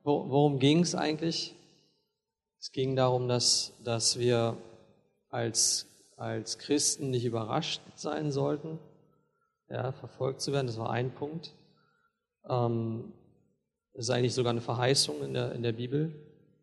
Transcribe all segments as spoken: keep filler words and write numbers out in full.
worum ging es eigentlich? Es ging darum, dass, dass wir als, als Christen nicht überrascht sein sollten, ja, verfolgt zu werden. Das war ein Punkt. Ähm, das ist eigentlich sogar eine Verheißung in der, in der Bibel.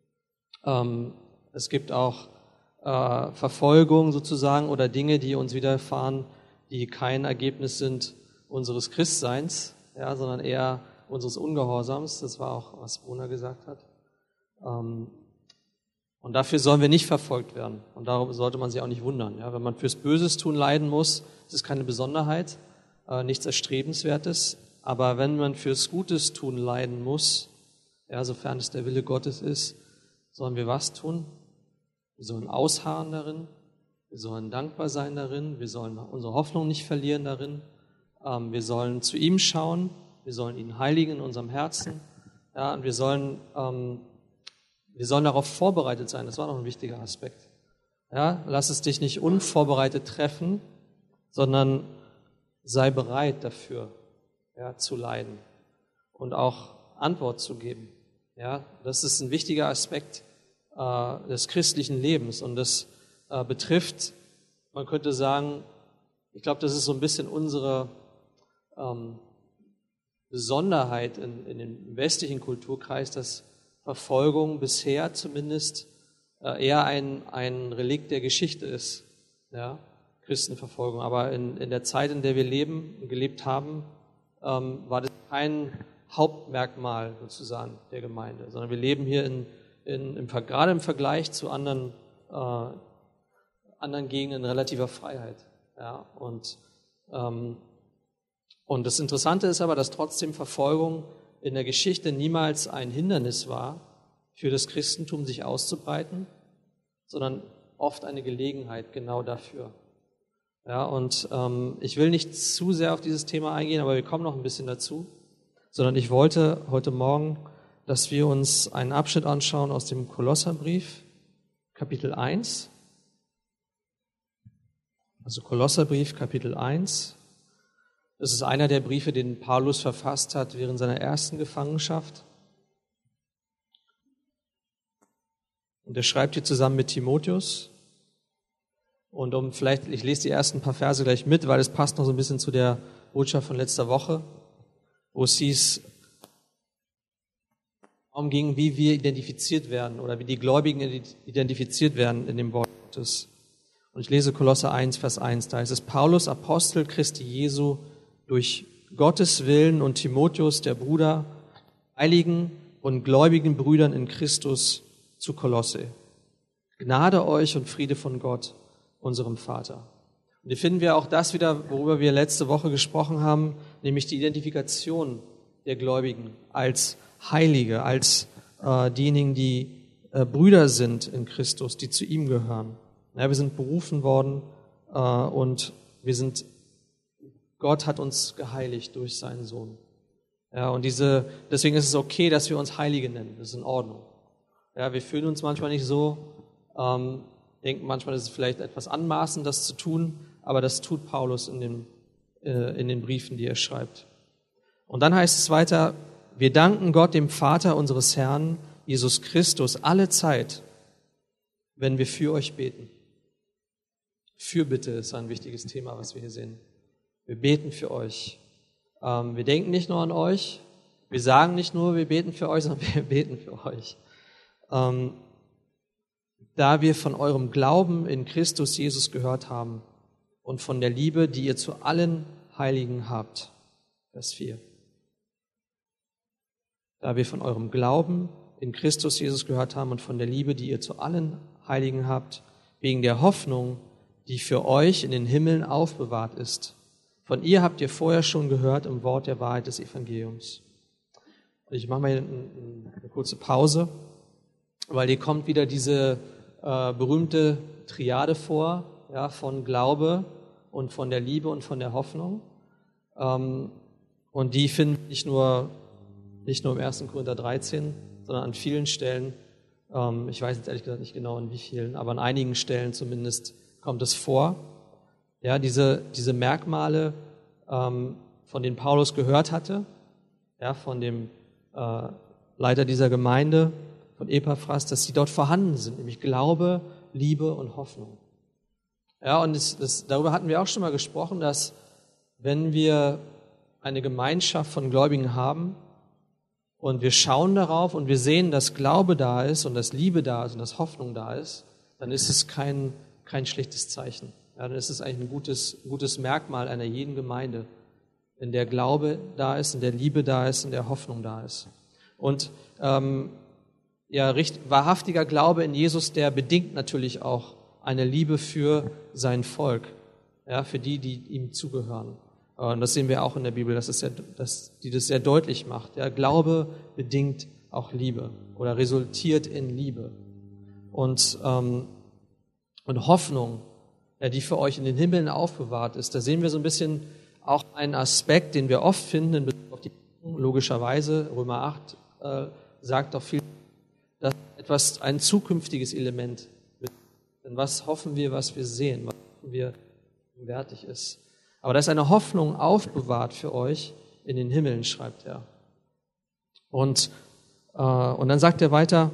Ähm, es gibt auch äh, Verfolgung sozusagen oder Dinge, die uns widerfahren, die kein Ergebnis sind unseres Christseins, ja, sondern eher unseres Ungehorsams. Das war auch, was Bruna gesagt hat. Ähm, und dafür sollen wir nicht verfolgt werden. Und darum sollte man sich auch nicht wundern. Ja, wenn man fürs Böses tun leiden muss, ist es keine Besonderheit, äh, nichts Erstrebenswertes. Aber wenn man fürs Gutes tun leiden muss, ja, sofern es der Wille Gottes ist, sollen wir was tun? Wir sollen ausharren darin, wir sollen dankbar sein darin, wir sollen unsere Hoffnung nicht verlieren darin, ähm, wir sollen zu ihm schauen, wir sollen ihn heiligen in unserem Herzen, ja, und wir sollen, ähm, wir sollen darauf vorbereitet sein. Das war noch ein wichtiger Aspekt. Ja, lass es dich nicht unvorbereitet treffen, sondern sei bereit dafür, ja, zu leiden und auch Antwort zu geben. Ja, das ist ein wichtiger Aspekt äh, des christlichen Lebens und das äh, betrifft, man könnte sagen, ich glaube, das ist so ein bisschen unsere ähm, Besonderheit in, in dem westlichen Kulturkreis, dass Verfolgung bisher zumindest äh, eher ein, ein Relikt der Geschichte ist, ja, Christenverfolgung. Aber in, in der Zeit, in der wir leben und gelebt haben, ähm, war das kein Hauptmerkmal sozusagen der Gemeinde, sondern wir leben hier in, in, im, gerade im Vergleich zu anderen, äh, anderen Gegenden in relativer Freiheit. Ja, und, ähm, und das Interessante ist aber, dass trotzdem Verfolgung in der Geschichte niemals ein Hindernis war für das Christentum, sich auszubreiten, sondern oft eine Gelegenheit genau dafür. Ja, und ähm, ich will nicht zu sehr auf dieses Thema eingehen, aber wir kommen noch ein bisschen dazu, sondern ich wollte heute Morgen, dass wir uns einen Abschnitt anschauen aus dem Kolosserbrief, Kapitel eins. Also Kolosserbrief, Kapitel eins. Das ist einer der Briefe, den Paulus verfasst hat während seiner ersten Gefangenschaft. Und er schreibt hier zusammen mit Timotheus. Und um vielleicht, ich lese die ersten paar Verse gleich mit, weil es passt noch so ein bisschen zu der Botschaft von letzter Woche, wo es hieß, darum ging, wie wir identifiziert werden oder wie die Gläubigen identifiziert werden in dem Wort Gottes. Und ich lese Kolosser eins, Vers eins, da heißt es, Paulus, Apostel Christi Jesu, durch Gottes Willen und Timotheus, der Bruder, heiligen und gläubigen Brüdern in Christus zu Kolosse. Gnade euch und Friede von Gott, unserem Vater. Und hier finden wir auch das wieder, worüber wir letzte Woche gesprochen haben, nämlich die Identifikation der Gläubigen als Heilige, als äh, diejenigen, die äh, Brüder sind in Christus, die zu ihm gehören. Ja, wir sind berufen worden äh, und wir sind, Gott hat uns geheiligt durch seinen Sohn. Ja, und diese, deswegen ist es okay, dass wir uns Heilige nennen. Das ist in Ordnung. Ja, wir fühlen uns manchmal nicht so, ähm, denken manchmal, ist es vielleicht etwas anmaßend, das zu tun, aber das tut Paulus in den, äh, in den Briefen, die er schreibt. Und dann heißt es weiter, wir danken Gott, dem Vater unseres Herrn, Jesus Christus, alle Zeit, wenn wir für euch beten. Fürbitte ist ein wichtiges Thema, was wir hier sehen. Wir beten für euch. Ähm, wir denken nicht nur an euch, wir sagen nicht nur, wir beten für euch, sondern wir beten für euch. Ähm, da wir von eurem Glauben in Christus Jesus gehört haben und von der Liebe, die ihr zu allen Heiligen habt. Vers vier. Da wir von eurem Glauben in Christus Jesus gehört haben und von der Liebe, die ihr zu allen Heiligen habt, wegen der Hoffnung, die für euch in den Himmeln aufbewahrt ist. Von ihr habt ihr vorher schon gehört im Wort der Wahrheit des Evangeliums. Und ich mache mal eine, eine kurze Pause, weil hier kommt wieder diese äh, berühmte Triade vor, ja, von Glaube und von der Liebe und von der Hoffnung. Ähm, und die finden wir nicht nur, nicht nur im ersten Korinther dreizehn, sondern an vielen Stellen, ähm, ich weiß jetzt ehrlich gesagt nicht genau an wie vielen, aber an einigen Stellen zumindest kommt es vor. Ja, diese, diese Merkmale, ähm, von denen Paulus gehört hatte, ja, von dem, äh, Leiter dieser Gemeinde von Epaphras, dass sie dort vorhanden sind, nämlich Glaube, Liebe und Hoffnung. Ja, und das, das, darüber hatten wir auch schon mal gesprochen, dass wenn wir eine Gemeinschaft von Gläubigen haben und wir schauen darauf und wir sehen, dass Glaube da ist und dass Liebe da ist und dass Hoffnung da ist, dann ist es kein, kein schlechtes Zeichen. Ja, dann ist es eigentlich ein gutes, gutes Merkmal einer jeden Gemeinde, in der Glaube da ist, in der Liebe da ist, in der Hoffnung da ist. Und ähm, ja, richtig, wahrhaftiger Glaube in Jesus, der bedingt natürlich auch eine Liebe für sein Volk, ja, für die, die ihm zugehören. Und das sehen wir auch in der Bibel, dass es sehr, dass die das sehr deutlich macht. Ja, Glaube bedingt auch Liebe oder resultiert in Liebe. Und, ähm, und Hoffnung, ja, die für euch in den Himmeln aufbewahrt ist, da sehen wir so ein bisschen auch einen Aspekt, den wir oft finden in Bezug auf die Hoffnung, logischerweise. Römer acht äh, sagt doch viel, dass etwas ein zukünftiges Element ist. Denn was hoffen wir, was wir sehen, was hoffen wir, wertig ist. Aber da ist eine Hoffnung aufbewahrt für euch in den Himmeln, schreibt er. Und, äh, und dann sagt er weiter,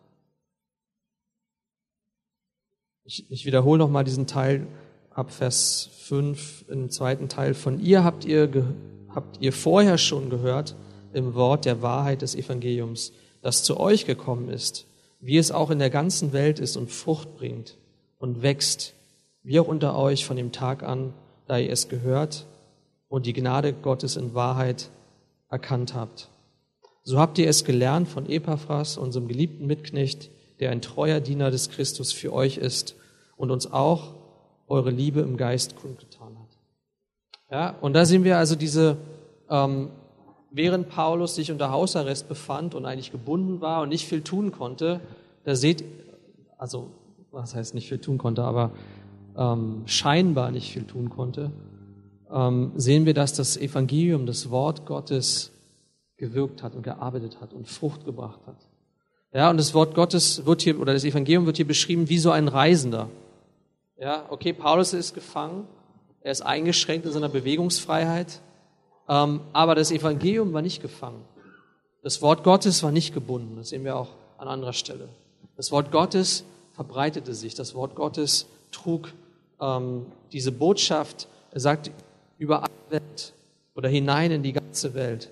ich, ich wiederhole nochmal diesen Teil ab Vers fünf im zweiten Teil. Von ihr habt ihr, ge, habt ihr vorher schon gehört im Wort der Wahrheit des Evangeliums, das zu euch gekommen ist, wie es auch in der ganzen Welt ist und Frucht bringt und wächst, wie auch unter euch von dem Tag an, da ihr es gehört und die Gnade Gottes in Wahrheit erkannt habt. So habt ihr es gelernt von Epaphras, unserem geliebten Mitknecht, der ein treuer Diener des Christus für euch ist und uns auch eure Liebe im Geist kundgetan hat. Ja, und da sehen wir also diese, ähm, während Paulus sich unter Hausarrest befand und eigentlich gebunden war und nicht viel tun konnte, da seht, also was heißt nicht viel tun konnte, aber ähm, scheinbar nicht viel tun konnte, ähm, sehen wir, dass das Evangelium, das Wort Gottes gewirkt hat und gearbeitet hat und Frucht gebracht hat. Ja, und das Wort Gottes wird hier, oder das Evangelium wird hier beschrieben wie so ein Reisender. Ja, okay, Paulus ist gefangen, er ist eingeschränkt in seiner Bewegungsfreiheit, ähm, aber das Evangelium war nicht gefangen. Das Wort Gottes war nicht gebunden, das sehen wir auch an anderer Stelle. Das Wort Gottes verbreitete sich, das Wort Gottes trug ähm, diese Botschaft, er sagt, über alle Welt oder hinein in die ganze Welt.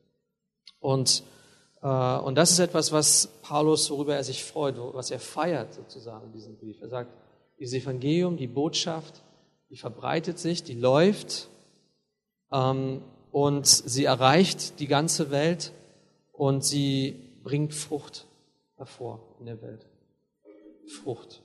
Und, äh, und das ist etwas, was Paulus, worüber er sich freut, was er feiert sozusagen in diesem Brief. Er sagt, dieses Evangelium, die Botschaft, die verbreitet sich, die läuft ähm, und sie erreicht die ganze Welt und sie bringt Frucht hervor in der Welt. Frucht.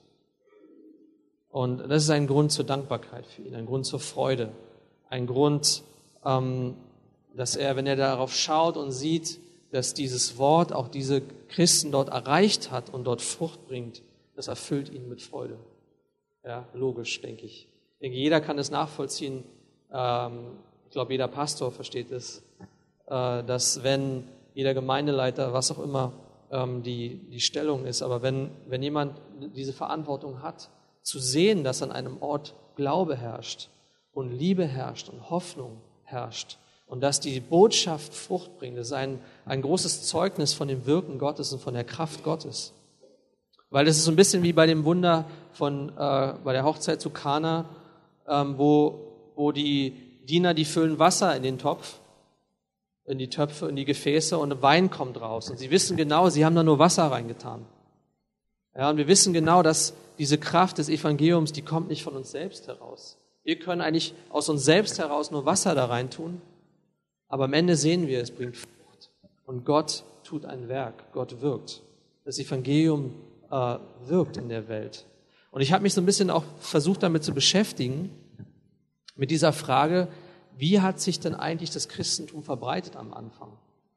Und das ist ein Grund zur Dankbarkeit für ihn, ein Grund zur Freude, ein Grund, ähm, dass er, wenn er darauf schaut und sieht, dass dieses Wort auch diese Christen dort erreicht hat und dort Frucht bringt, das erfüllt ihn mit Freude. Ja, logisch, denke ich. Ich denke, jeder kann es nachvollziehen. Ähm, ich glaube, jeder Pastor versteht es, äh, dass wenn jeder Gemeindeleiter, was auch immer ähm, die, die Stellung ist, aber wenn, wenn jemand diese Verantwortung hat, zu sehen, dass an einem Ort Glaube herrscht und Liebe herrscht und Hoffnung herrscht und dass die Botschaft Frucht bringt, das ist ein, ein großes Zeugnis von dem Wirken Gottes und von der Kraft Gottes. Weil das ist so ein bisschen wie bei dem Wunder von, äh, bei der Hochzeit zu Kana, ähm, wo, wo die Diener, die füllen Wasser in den Topf, in die Töpfe, in die Gefäße und Wein kommt raus. Und sie wissen genau, sie haben da nur Wasser reingetan. Ja, und wir wissen genau, dass diese Kraft des Evangeliums, die kommt nicht von uns selbst heraus. Wir können eigentlich aus uns selbst heraus nur Wasser da rein tun, aber am Ende sehen wir, es bringt Frucht. Und Gott tut ein Werk, Gott wirkt. Das Evangelium äh, wirkt in der Welt. Und ich habe mich so ein bisschen auch versucht, damit zu beschäftigen, mit dieser Frage, wie hat sich denn eigentlich das Christentum verbreitet am Anfang?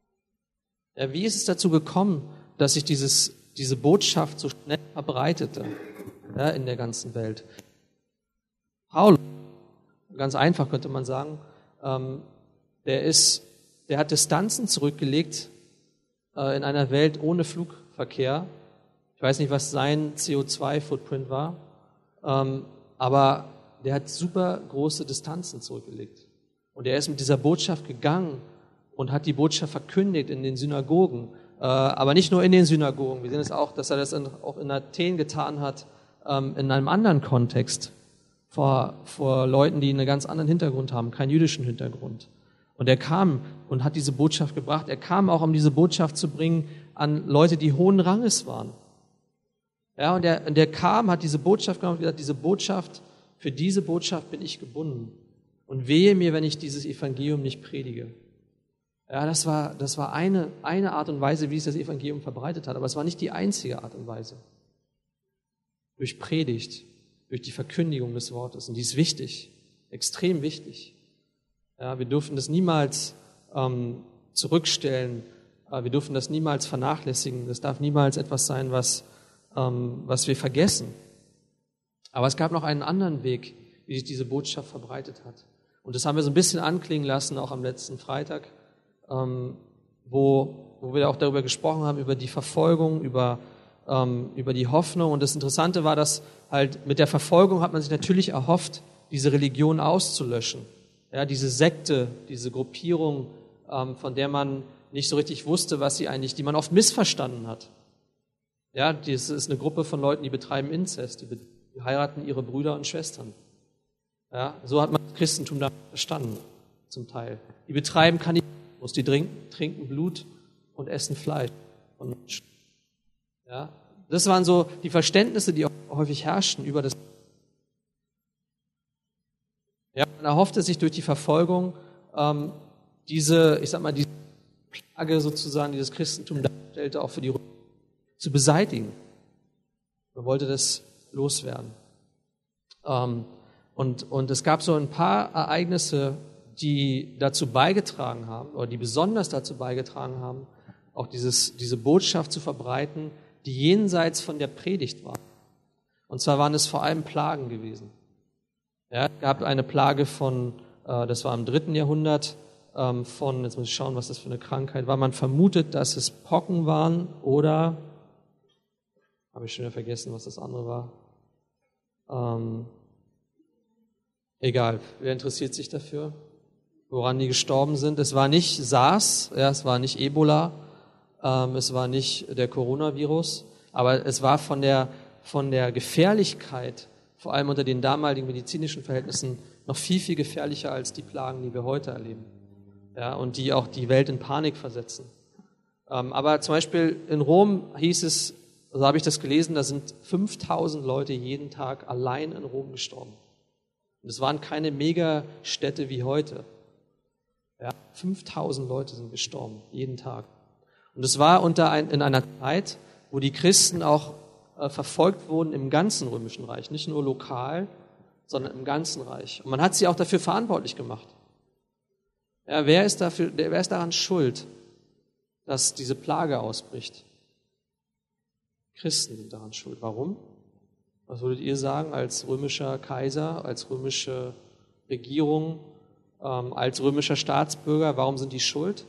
Ja, wie ist es dazu gekommen, dass sich dieses, diese Botschaft so schnell verbreitete, ja, in der ganzen Welt? Paulus, ganz einfach könnte man sagen, ähm, der ist, der hat Distanzen zurückgelegt äh, in einer Welt ohne Flugverkehr. Ich weiß nicht, was sein C O zwei Footprint war, ähm, aber der hat super große Distanzen zurückgelegt. Und er ist mit dieser Botschaft gegangen und hat die Botschaft verkündigt in den Synagogen, Äh, aber nicht nur in den Synagogen. Wir sehen es auch, dass er das in, auch in Athen getan hat, ähm, in einem anderen Kontext, vor, vor Leuten, die einen ganz anderen Hintergrund haben, keinen jüdischen Hintergrund. Und er kam und hat diese Botschaft gebracht. Er kam auch, um diese Botschaft zu bringen an Leute, die hohen Ranges waren. Ja, und er, und er kam, hat diese Botschaft gemacht und gesagt, diese Botschaft, für diese Botschaft bin ich gebunden. Und wehe mir, wenn ich dieses Evangelium nicht predige. Ja, das war, das war eine, eine Art und Weise, wie es das Evangelium verbreitet hat. Aber es war nicht die einzige Art und Weise. Durch Predigt, durch die Verkündigung des Wortes. Und die ist wichtig, extrem wichtig. Ja, wir dürfen das niemals ähm, zurückstellen. Äh, wir dürfen das niemals vernachlässigen. Das darf niemals etwas sein, was, ähm, was wir vergessen. Aber es gab noch einen anderen Weg, wie sich diese Botschaft verbreitet hat. Und das haben wir so ein bisschen anklingen lassen, auch am letzten Freitag, ähm, wo, wo wir auch darüber gesprochen haben, über die Verfolgung, über, ähm, über die Hoffnung. Und das Interessante war, dass halt mit der Verfolgung hat man sich natürlich erhofft, diese Religion auszulöschen. Ja, diese Sekte, diese Gruppierung, ähm, von der man nicht so richtig wusste, was sie eigentlich, die man oft missverstanden hat. Ja, das ist eine Gruppe von Leuten, die betreiben Inzest, die, be- die heiraten ihre Brüder und Schwestern. Ja, so hat man das Christentum da verstanden, zum Teil. Die betreiben Kannibalismus, die trinken, trinken Blut und essen Fleisch von Menschen. Ja, das waren so die Verständnisse, die auch häufig herrschten über das. Ja, man erhoffte sich durch die Verfolgung, ähm, diese, ich sag mal, diese Plage sozusagen, die das Christentum darstellte, auch für die Römer zu beseitigen. Man wollte das loswerden. Ähm, und, und es gab so ein paar Ereignisse, die dazu beigetragen haben, oder die besonders dazu beigetragen haben, auch dieses, diese Botschaft zu verbreiten, die jenseits von der Predigt war. Und zwar waren es vor allem Plagen gewesen. Ja, es gab eine Plage von, äh, das war im dritten Jahrhundert, ähm, von, jetzt muss ich schauen, was das für eine Krankheit war. Man vermutet, dass es Pocken waren oder, habe ich schon wieder vergessen, was das andere war. Ähm, egal, wer interessiert sich dafür, woran die gestorben sind? Es war nicht SARS, ja, es war nicht Ebola, ähm, es war nicht der Coronavirus, aber es war von der, von der Gefährlichkeit, vor allem unter den damaligen medizinischen Verhältnissen, noch viel, viel gefährlicher als die Plagen, die wir heute erleben. Ja, und die auch die Welt in Panik versetzen. Ähm, aber zum Beispiel in Rom hieß es, so habe ich das gelesen, da sind fünftausend Leute jeden Tag allein in Rom gestorben. Und es waren keine Megastädte wie heute. Ja, fünftausend Leute sind gestorben, jeden Tag. Und es war unter ein, in einer Zeit, wo die Christen auch verfolgt wurden im ganzen Römischen Reich, nicht nur lokal, sondern im ganzen Reich. Und man hat sie auch dafür verantwortlich gemacht. Ja, wer ist dafür, wer ist daran schuld, dass diese Plage ausbricht? Christen sind daran schuld. Warum? Was würdet ihr sagen als römischer Kaiser, als römische Regierung, ähm, als römischer Staatsbürger? Warum sind die schuld?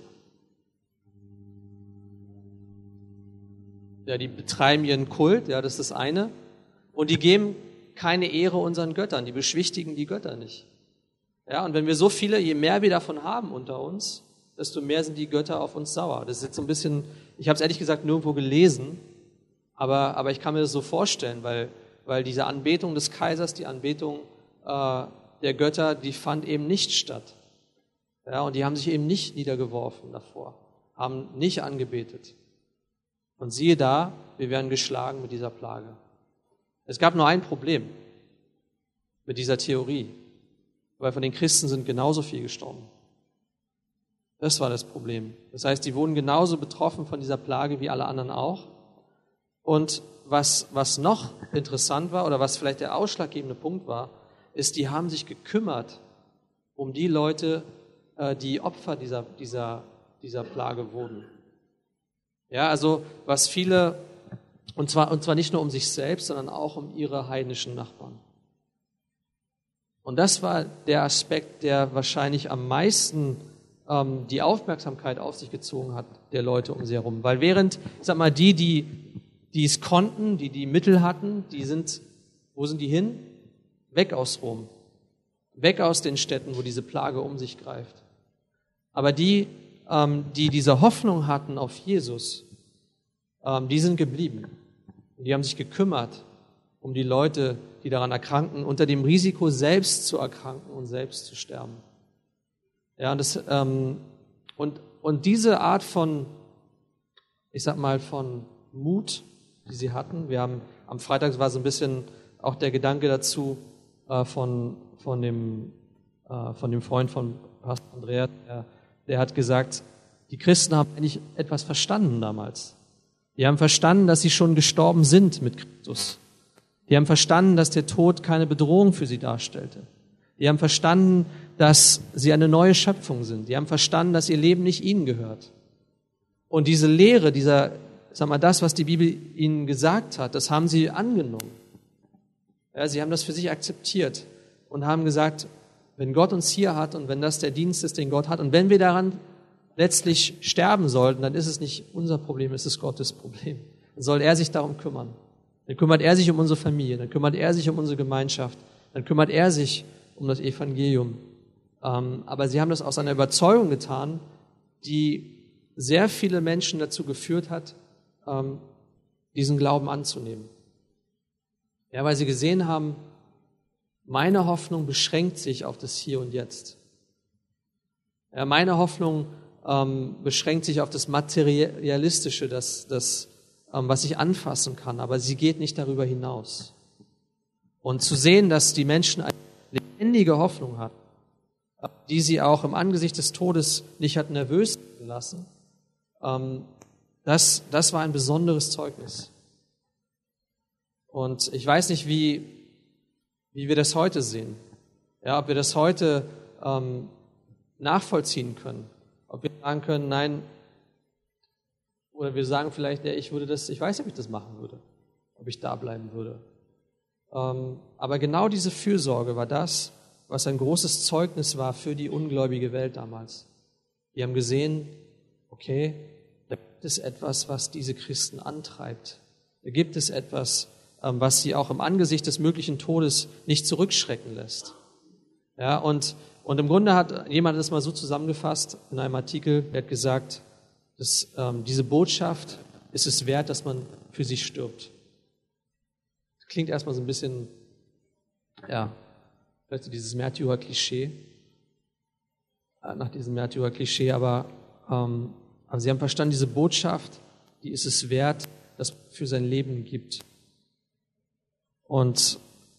Ja, die betreiben ihren Kult, ja, das ist das eine. Und die geben keine Ehre unseren Göttern, die beschwichtigen die Götter nicht. Ja, und wenn wir so viele, je mehr wir davon haben unter uns, desto mehr sind die Götter auf uns sauer. Das ist jetzt so ein bisschen, ich habe es ehrlich gesagt nirgendwo gelesen, aber, aber ich kann mir das so vorstellen, weil, weil diese Anbetung des Kaisers, die Anbetung äh, der Götter, die fand eben nicht statt. Ja, und die haben sich eben nicht niedergeworfen davor, haben nicht angebetet. Und siehe da, wir werden geschlagen mit dieser Plage. Es gab nur ein Problem mit dieser Theorie, weil von den Christen sind genauso viel gestorben. Das war das Problem. Das heißt, die wurden genauso betroffen von dieser Plage wie alle anderen auch. Und was, was noch interessant war, oder was vielleicht der ausschlaggebende Punkt war, ist, die haben sich gekümmert um die Leute, die Opfer dieser, dieser, dieser Plage wurden. Ja, also was viele, und zwar, und zwar nicht nur um sich selbst, sondern auch um ihre heidnischen Nachbarn. Und das war der Aspekt, der wahrscheinlich am meisten ähm, die Aufmerksamkeit auf sich gezogen hat, der Leute um sie herum. Weil während, ich sag mal, die, die, die es konnten, die die Mittel hatten, die sind, wo sind die hin? Weg aus Rom. Weg aus den Städten, wo diese Plage um sich greift. Aber die, die diese Hoffnung hatten auf Jesus, ähm, die sind geblieben. Und die haben sich gekümmert um die Leute, die daran erkranken, unter dem Risiko, selbst zu erkranken und selbst zu sterben. Ja, und, das, ähm, und, und diese Art von, ich sag mal, von Mut, die sie hatten, wir haben am Freitag war so ein bisschen auch der Gedanke dazu äh, von, von, dem, äh, von dem Freund von Pastor Andrea, der, der hat gesagt, die Christen haben eigentlich etwas verstanden damals. Die haben verstanden, dass sie schon gestorben sind mit Christus. Die haben verstanden, dass der Tod keine Bedrohung für sie darstellte. Die haben verstanden, dass sie eine neue Schöpfung sind. Die haben verstanden, dass ihr Leben nicht ihnen gehört. Und diese Lehre, dieser, sag mal, das, was die Bibel ihnen gesagt hat, das haben sie angenommen. Ja, sie haben das für sich akzeptiert und haben gesagt, wenn Gott uns hier hat und wenn das der Dienst ist, den Gott hat und wenn wir daran letztlich sterben sollten, dann ist es nicht unser Problem, es ist Gottes Problem. Dann soll er sich darum kümmern. Dann kümmert er sich um unsere Familie, dann kümmert er sich um unsere Gemeinschaft, dann kümmert er sich um das Evangelium. Ähm, aber sie haben das aus einer Überzeugung getan, die sehr viele Menschen dazu geführt hat, ähm, diesen Glauben anzunehmen. Ja, weil sie gesehen haben, meine Hoffnung beschränkt sich auf das Hier und Jetzt. Ja, meine Hoffnung ähm, beschränkt sich auf das Materialistische, das, das ähm, was ich anfassen kann, aber sie geht nicht darüber hinaus. Und zu sehen, dass die Menschen eine lebendige Hoffnung hatten, die sie auch im Angesicht des Todes nicht hat nervös lassen, ähm, das, das war ein besonderes Zeugnis. Und ich weiß nicht, wie, wie wir das heute sehen. Ja, ob wir das heute ähm, nachvollziehen können. Ob wir sagen können, nein, oder wir sagen vielleicht, ja, ich würde das, ich weiß nicht, ob ich das machen würde, ob ich da bleiben würde. Ähm, aber genau diese Fürsorge war das, was ein großes Zeugnis war für die ungläubige Welt damals. Die haben gesehen, okay, da gibt es etwas, was diese Christen antreibt. Da gibt es etwas, ähm, was sie auch im Angesicht des möglichen Todes nicht zurückschrecken lässt. Ja, und, und im Grunde hat jemand das mal so zusammengefasst in einem Artikel, der hat gesagt, dass ähm, diese Botschaft ist es wert, dass man für sie stirbt. Das klingt erstmal so ein bisschen, ja, vielleicht so dieses Märtyrer-Klischee, äh, nach diesem Märtyrer-Klischee, aber, ähm, aber sie haben verstanden, diese Botschaft, die ist es wert, dass man für sein Leben gibt. Und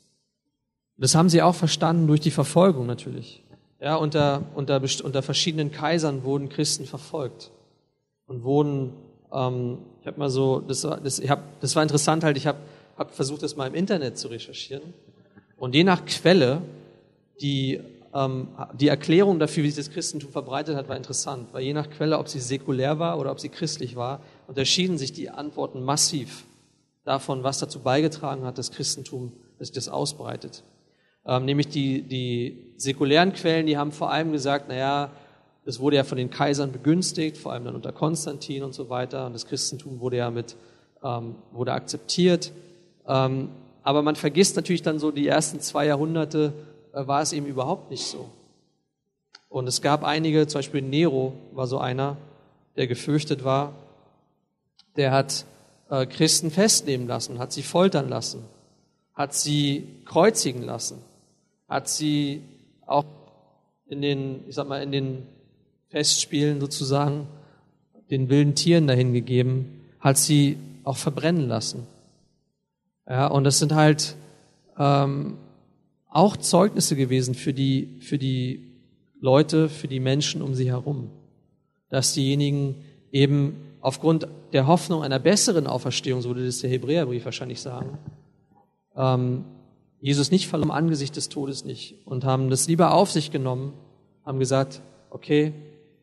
das haben sie auch verstanden durch die Verfolgung natürlich. Ja, unter, unter, unter verschiedenen Kaisern wurden Christen verfolgt und wurden, ähm, ich habe mal so, das war, das, ich hab, das war interessant halt, ich habe hab versucht, das mal im Internet zu recherchieren und je nach Quelle, die, ähm, die Erklärung dafür, wie sich das Christentum verbreitet hat, war interessant, weil je nach Quelle, ob sie säkulär war oder ob sie christlich war, unterschieden sich die Antworten massiv davon, was dazu beigetragen hat, das Christentum, dass sich das ausbreitet. Ähm, nämlich die, die säkulären Quellen, die haben vor allem gesagt, naja, das wurde ja von den Kaisern begünstigt, vor allem dann unter Konstantin und so weiter, und das Christentum wurde ja mit, ähm, wurde akzeptiert. Ähm, aber man vergisst natürlich dann so, die ersten zwei Jahrhunderte äh, war es eben überhaupt nicht so. Und es gab einige, zum Beispiel Nero war so einer, der gefürchtet war, der hat äh, Christen festnehmen lassen, hat sie foltern lassen, hat sie kreuzigen lassen, hat sie auch in den, ich sag mal, in den Festspielen sozusagen den wilden Tieren dahin gegeben, hat sie auch verbrennen lassen. Ja, und das sind halt ähm, auch Zeugnisse gewesen für die, für die Leute, für die Menschen um sie herum, dass diejenigen eben aufgrund der Hoffnung einer besseren Auferstehung, so würde das der Hebräerbrief wahrscheinlich sagen, ähm, Jesus nicht verloren, im Angesicht des Todes nicht, und haben das lieber auf sich genommen, haben gesagt, okay,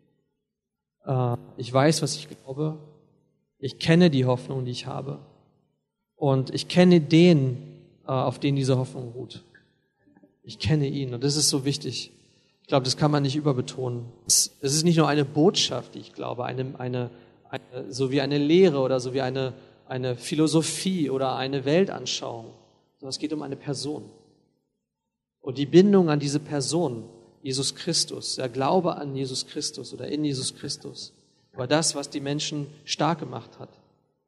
äh, ich weiß, was ich glaube, ich kenne die Hoffnung, die ich habe, und ich kenne den, äh, auf den diese Hoffnung ruht. Ich kenne ihn, und das ist so wichtig. Ich glaube, das kann man nicht überbetonen. Es, es ist nicht nur eine Botschaft, die ich glaube, eine, eine, eine, so wie eine Lehre oder so wie eine, eine Philosophie oder eine Weltanschauung, sondern es geht um eine Person. Und die Bindung an diese Person, Jesus Christus, der Glaube an Jesus Christus oder in Jesus Christus, war das, was die Menschen stark gemacht hat.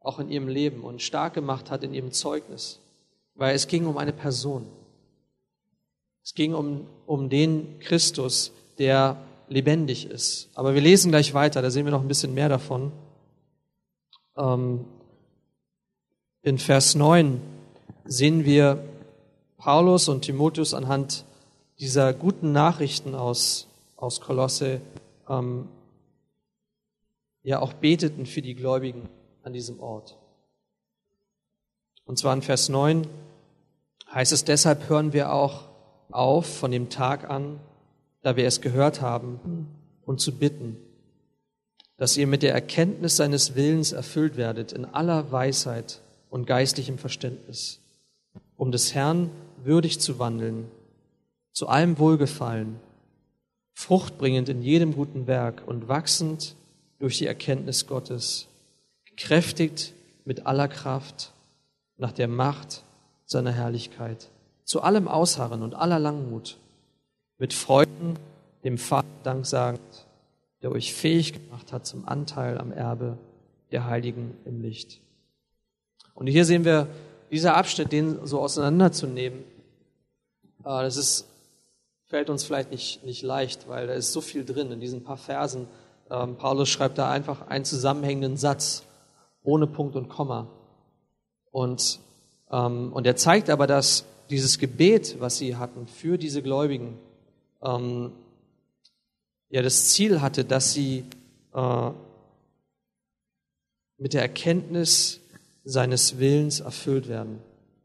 auch in ihrem Leben und stark gemacht hat in ihrem Zeugnis. Weil es ging um eine Person. Es ging um, um den Christus, der lebendig ist. Aber wir lesen gleich weiter, da sehen wir noch ein bisschen mehr davon. Ähm, in Vers neun sehen wir Paulus und Timotheus anhand dieser guten Nachrichten aus, aus Kolosse ähm, ja auch beteten für die Gläubigen an diesem Ort. Und zwar in Vers neun heißt es, deshalb hören wir auch auf von dem Tag an, da wir es gehört haben, und zu bitten, dass ihr mit der Erkenntnis seines Willens erfüllt werdet in aller Weisheit und geistlichem Verständnis, um des Herrn würdig zu wandeln, zu allem Wohlgefallen, fruchtbringend in jedem guten Werk und wachsend durch die Erkenntnis Gottes, gekräftigt mit aller Kraft nach der Macht seiner Herrlichkeit, zu allem Ausharren und aller Langmut, mit Freuden dem Vater Dank sagend, der euch fähig gemacht hat zum Anteil am Erbe der Heiligen im Licht. Und hier sehen wir dieser Abschnitt, den so auseinanderzunehmen, das ist, fällt uns vielleicht nicht, nicht leicht, weil da ist so viel drin in diesen paar Versen. Paulus schreibt da einfach einen zusammenhängenden Satz, ohne Punkt und Komma. Und, ähm, und er zeigt aber, dass dieses Gebet, was sie hatten für diese Gläubigen, ähm, ja das Ziel hatte, dass sie äh, mit der Erkenntnis seines Willens erfüllt werden.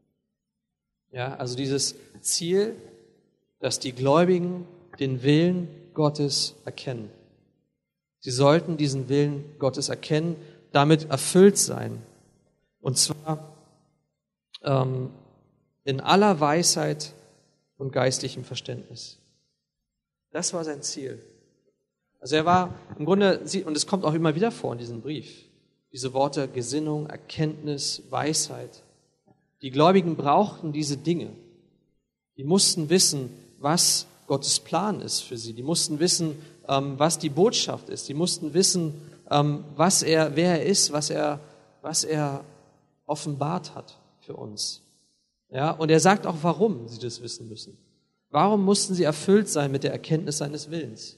Ja, also dieses Ziel, dass die Gläubigen den Willen Gottes erkennen. Sie sollten diesen Willen Gottes erkennen, damit erfüllt sein. Und zwar ähm, in aller Weisheit und geistlichem Verständnis. Das war sein Ziel. Also er war im Grunde, und es kommt auch immer wieder vor in diesem Brief, diese Worte Gesinnung, Erkenntnis, Weisheit. Die Gläubigen brauchten diese Dinge. Die mussten wissen, was Gottes Plan ist für sie. Die mussten wissen, ähm, was die Botschaft ist. Die mussten wissen, ähm, was er, wer er ist, was er, was er offenbart hat für uns. Ja, und er sagt auch, warum sie das wissen müssen. Warum mussten sie erfüllt sein mit der Erkenntnis seines Willens?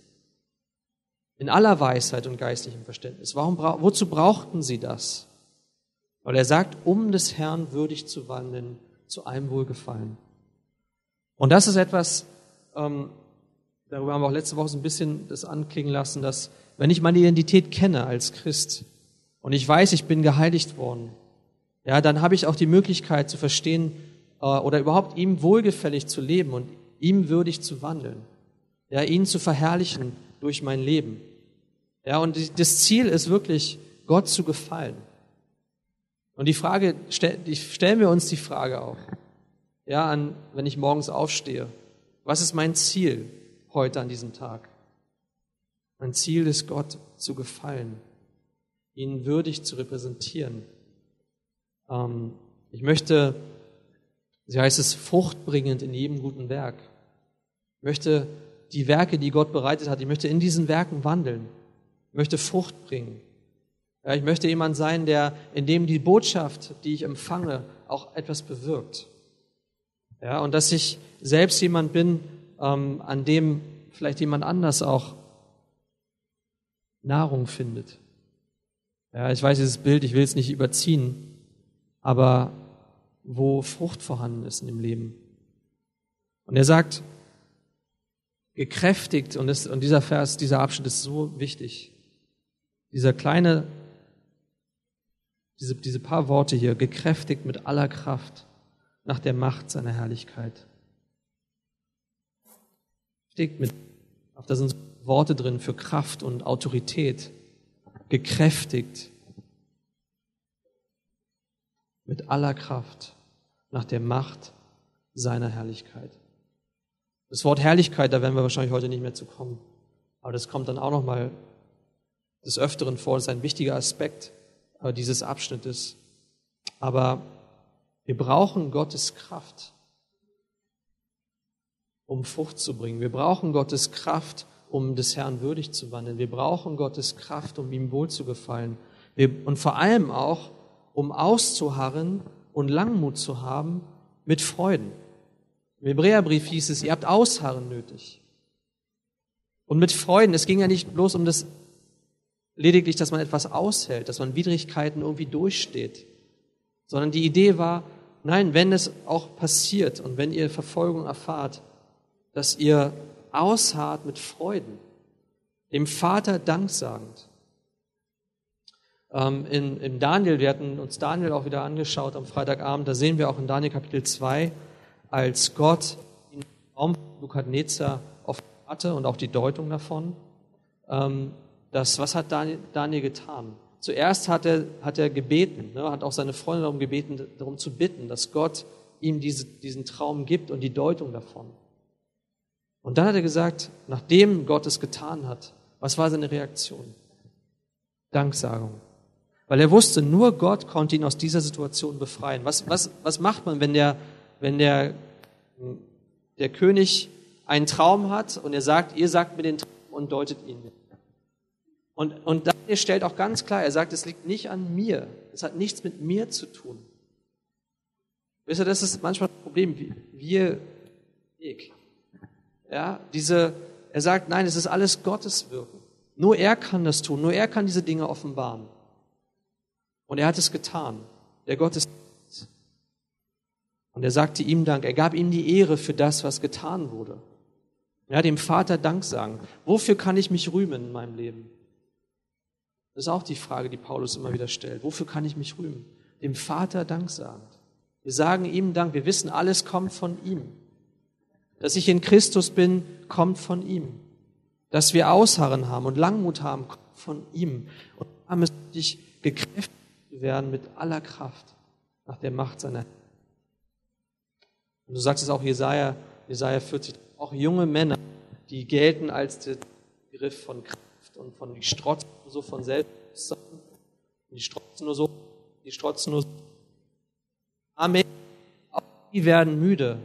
In aller Weisheit und geistlichem Verständnis. Warum, wozu brauchten sie das? Weil er sagt, um des Herrn würdig zu wandeln, zu allem Wohlgefallen. Und das ist etwas, ähm, darüber haben wir auch letzte Woche so ein bisschen das anklingen lassen, dass wenn ich meine Identität kenne als Christ und ich weiß, ich bin geheiligt worden, ja, dann habe ich auch die Möglichkeit zu verstehen äh, oder überhaupt ihm wohlgefällig zu leben und ihm würdig zu wandeln, ja, ihn zu verherrlichen durch mein Leben. Ja, und das Ziel ist wirklich, Gott zu gefallen. Und die Frage, stellen wir uns die Frage auch, ja, an, wenn ich morgens aufstehe, was ist mein Ziel heute an diesem Tag? Mein Ziel ist, Gott zu gefallen, ihn würdig zu repräsentieren. Ähm, ich möchte, so heißt es, fruchtbringend in jedem guten Werk. Ich möchte die Werke, die Gott bereitet hat, ich möchte in diesen Werken wandeln. Ich möchte Frucht bringen. Ja, ich möchte jemand sein, der, in dem die Botschaft, die ich empfange, auch etwas bewirkt. Ja, und dass ich selbst jemand bin, ähm, an dem vielleicht jemand anders auch Nahrung findet. Ja, ich weiß dieses Bild, ich will es nicht überziehen, aber wo Frucht vorhanden ist in dem Leben. Und er sagt, gekräftigt, und, das, und dieser Vers, dieser Abschnitt ist so wichtig. Dieser kleine, diese, diese paar Worte hier, gekräftigt mit aller Kraft nach der Macht seiner Herrlichkeit. Mit, da sind Worte drin für Kraft und Autorität. Gekräftigt mit aller Kraft nach der Macht seiner Herrlichkeit. Das Wort Herrlichkeit, da werden wir wahrscheinlich heute nicht mehr zu kommen. Aber das kommt dann auch nochmal des Öfteren vor. Das ist ein wichtiger Aspekt dieses Abschnittes. Aber wir brauchen Gottes Kraft, um Frucht zu bringen. Wir brauchen Gottes Kraft, um des Herrn würdig zu wandeln. Wir brauchen Gottes Kraft, um ihm wohl zu gefallen. Wir, und vor allem auch, um auszuharren und Langmut zu haben mit Freuden. Im Hebräerbrief hieß es, ihr habt Ausharren nötig. Und mit Freuden, es ging ja nicht bloß um das lediglich, dass man etwas aushält, dass man Widrigkeiten irgendwie durchsteht, sondern die Idee war, nein, wenn es auch passiert und wenn ihr Verfolgung erfahrt, dass ihr ausharrt mit Freuden, dem Vater danksagend. Ähm, in, in Daniel, wir hatten uns Daniel auch wieder angeschaut am Freitagabend, da sehen wir auch in Daniel Kapitel zwei, als Gott den Traum von Nebukadnezar offenbarte und auch die Deutung davon, ähm, das, was hat Daniel, Daniel getan? Zuerst hat er, hat er gebeten, ne, hat auch seine Freunde darum gebeten, darum zu bitten, dass Gott ihm diese, diesen Traum gibt und die Deutung davon. Und dann hat er gesagt, nachdem Gott es getan hat, was war seine Reaktion? Danksagung. Weil er wusste, nur Gott konnte ihn aus dieser Situation befreien. Was, was, was macht man, wenn der, wenn der, der König einen Traum hat und er sagt, ihr sagt mir den Traum und deutet ihn mir. Und, und Daniel stellt auch ganz klar, er sagt, es liegt nicht an mir. Es hat nichts mit mir zu tun. Wisst ihr, das ist manchmal ein Problem. Wir, ich, ja, diese, er sagt, nein, es ist alles Gottes Wirken. Nur er kann das tun. Nur er kann diese Dinge offenbaren. Und er hat es getan. Der Gott ist. Und er sagte ihm Dank. Er gab ihm die Ehre für das, was getan wurde. Ja, dem Vater Dank sagen. Wofür kann ich mich rühmen in meinem Leben? Das ist auch die Frage, die Paulus immer wieder stellt. Wofür kann ich mich rühmen? Dem Vater Dank sagen. Wir sagen ihm Dank. Wir wissen, alles kommt von ihm. Dass ich in Christus bin, kommt von ihm. Dass wir Ausharren haben und Langmut haben, kommt von ihm. Und da müssen wir gekräftigt werden mit aller Kraft nach der Macht seiner. Und du sagst es auch Jesaja, Jesaja vierzig, auch junge Männer, die gelten als der Begriff von Kraft und von die strotzen nur so von Selbstbewusstsein. Die strotzen nur so, die strotzen nur so. Amen. Auch die werden müde.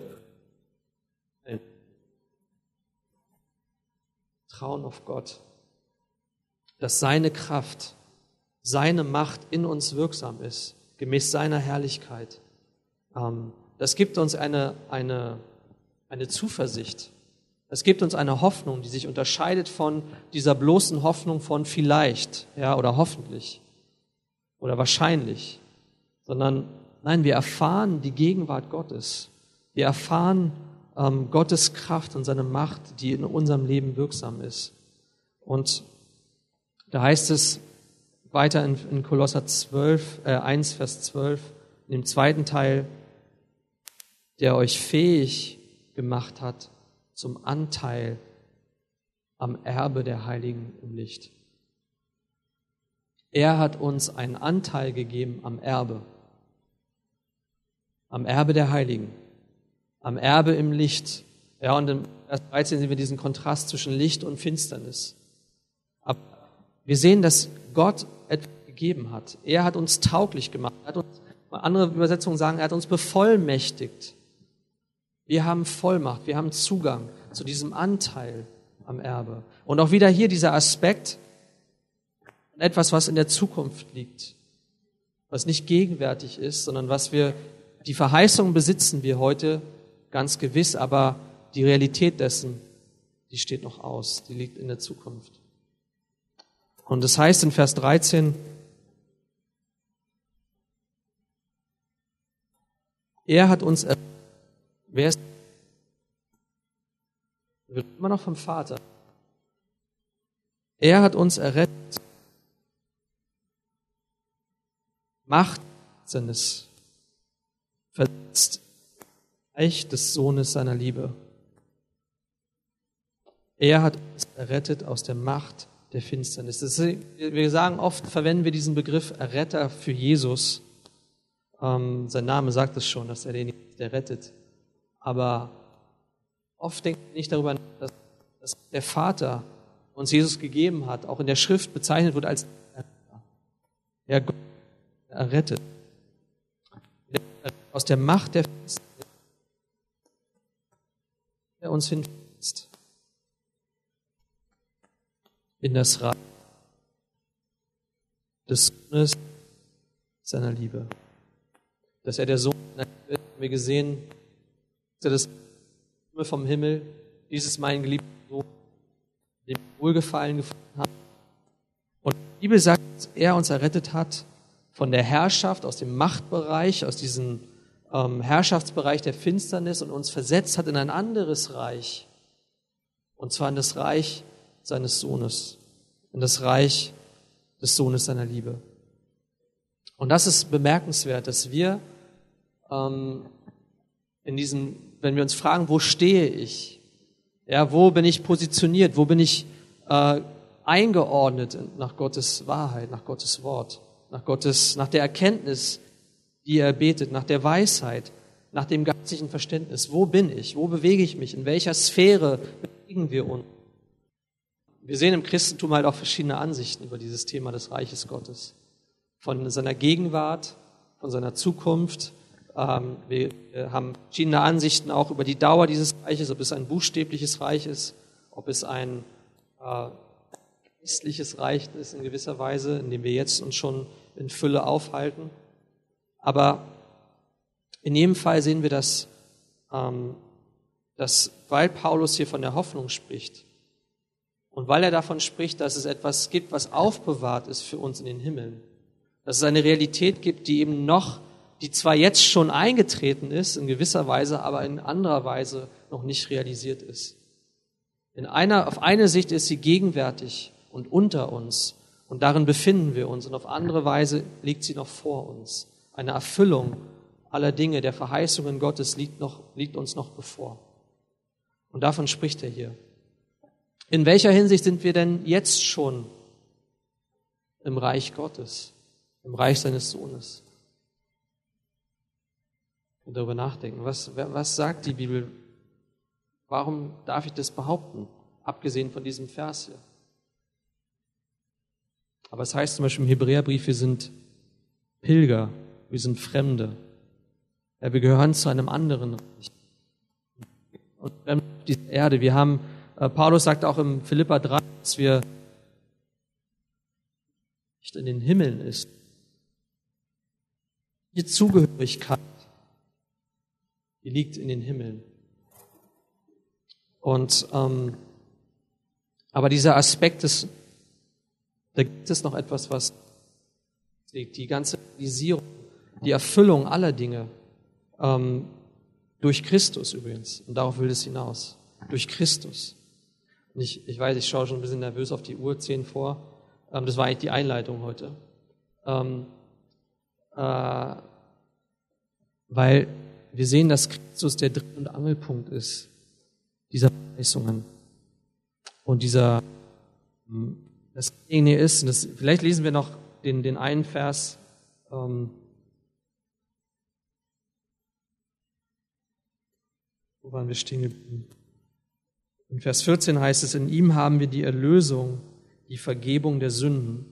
Trauen auf Gott, dass seine Kraft, seine Macht in uns wirksam ist, gemäß seiner Herrlichkeit. Das gibt uns eine, eine, eine Zuversicht. Es gibt uns eine Hoffnung, die sich unterscheidet von dieser bloßen Hoffnung von vielleicht, ja, oder hoffentlich oder wahrscheinlich, sondern nein, wir erfahren die Gegenwart Gottes. Wir erfahren ähm, Gottes Kraft und seine Macht, die in unserem Leben wirksam ist. Und da heißt es weiter in, in Kolosser zwölf, äh, eins, Vers zwölf, in dem zweiten Teil, der euch fähig gemacht hat zum Anteil am Erbe der Heiligen im Licht. Er hat uns einen Anteil gegeben am Erbe, am Erbe der Heiligen, am Erbe im Licht. Ja, und in Vers dreizehn sehen wir diesen Kontrast zwischen Licht und Finsternis. Aber wir sehen, dass Gott etwas gegeben hat. Er hat uns tauglich gemacht. Er hat uns, andere Übersetzungen sagen, er hat uns bevollmächtigt. Wir haben Vollmacht, wir haben Zugang zu diesem Anteil am Erbe. Und auch wieder hier dieser Aspekt, etwas, was in der Zukunft liegt, was nicht gegenwärtig ist, sondern was wir, die Verheißung besitzen wir heute ganz gewiss, aber die Realität dessen, die steht noch aus, die liegt in der Zukunft. Und das heißt in Vers dreizehn, er hat uns errettet. Wer ist? Wir reden immer noch vom Vater. Er hat uns errettet. Macht seines versetzt Reich des Sohnes seiner Liebe. Er hat uns errettet aus der Macht der Finsternis. Das ist, wir sagen oft, verwenden wir diesen Begriff Erretter für Jesus. Ähm, sein Name sagt es schon, dass er den der rettet. Aber oft denken wir nicht darüber nach, dass, dass der Vater uns Jesus gegeben hat, auch in der Schrift bezeichnet wird als Erretter. Ja, Gott errettet. Aus der Macht der Finsternis, der uns hinführt, in das Reich des Sohnes seiner Liebe. Dass er der Sohn seiner Liebe ist, haben wir gesehen, dass er das vom Himmel, dies ist mein geliebter Sohn, dem Wohlgefallen gefunden hat. Und die Bibel sagt, dass er uns errettet hat von der Herrschaft, aus dem Machtbereich, aus diesem ähm, Herrschaftsbereich der Finsternis und uns versetzt hat in ein anderes Reich. Und zwar in das Reich seines Sohnes, in das Reich des Sohnes seiner Liebe. Und das ist bemerkenswert, dass wir ähm, in diesen, wenn wir uns fragen, wo stehe ich? Ja, wo bin ich positioniert? Wo bin ich äh, eingeordnet nach Gottes Wahrheit, nach Gottes Wort, nach Gottes, nach der Erkenntnis, die er betet, nach der Weisheit, nach dem geistlichen Verständnis. Wo bin ich? Wo bewege ich mich? In welcher Sphäre bewegen wir uns? Wir sehen im Christentum halt auch verschiedene Ansichten über dieses Thema des Reiches Gottes. Von seiner Gegenwart, von seiner Zukunft. Ähm, wir haben verschiedene Ansichten auch über die Dauer dieses Reiches, ob es ein buchstäbliches Reich ist, ob es ein äh, geistliches Reich ist in gewisser Weise, in dem wir jetzt uns schon in Fülle aufhalten. Aber in jedem Fall sehen wir, dass, ähm, dass weil Paulus hier von der Hoffnung spricht und weil er davon spricht, dass es etwas gibt, was aufbewahrt ist für uns in den Himmeln, dass es eine Realität gibt, die eben noch, die zwar jetzt schon eingetreten ist, in gewisser Weise, aber in anderer Weise noch nicht realisiert ist. In einer, auf eine Sicht ist sie gegenwärtig und unter uns und darin befinden wir uns und auf andere Weise liegt sie noch vor uns. Eine Erfüllung aller Dinge, der Verheißungen Gottes liegt, noch, liegt uns noch bevor. Und davon spricht er hier. In welcher Hinsicht sind wir denn jetzt schon im Reich Gottes, im Reich seines Sohnes? Und darüber nachdenken, was, was sagt die Bibel? Warum darf ich das behaupten, abgesehen von diesem Vers hier? Aber es heißt zum Beispiel im Hebräerbrief, wir sind Pilger, wir sind Fremde. Ja, wir gehören zu einem anderen Reich. Und Fremde auf dieser Erde. Wir haben, äh, Paulus sagt auch im Philipper drei, dass wir nicht in den Himmeln ist. Die Zugehörigkeit, die liegt in den Himmeln. Und ähm, aber dieser Aspekt des, da gibt es noch etwas, was die ganze Realisierung, die Erfüllung aller Dinge ähm, durch Christus übrigens. Und darauf will es hinaus. Durch Christus. Und ich, ich weiß, ich schaue schon ein bisschen nervös auf die Uhr, zehn vor. Ähm, das war eigentlich die Einleitung heute. Ähm, äh, weil wir sehen, dass Christus der Dreh- und Angelpunkt ist dieser Verheißungen. Und dieser, das Ding hier ist, und das, vielleicht lesen wir noch den, den einen Vers, ähm, wo waren wir stehen geblieben? In Vers vierzehn heißt es, in ihm haben wir die Erlösung, die Vergebung der Sünden.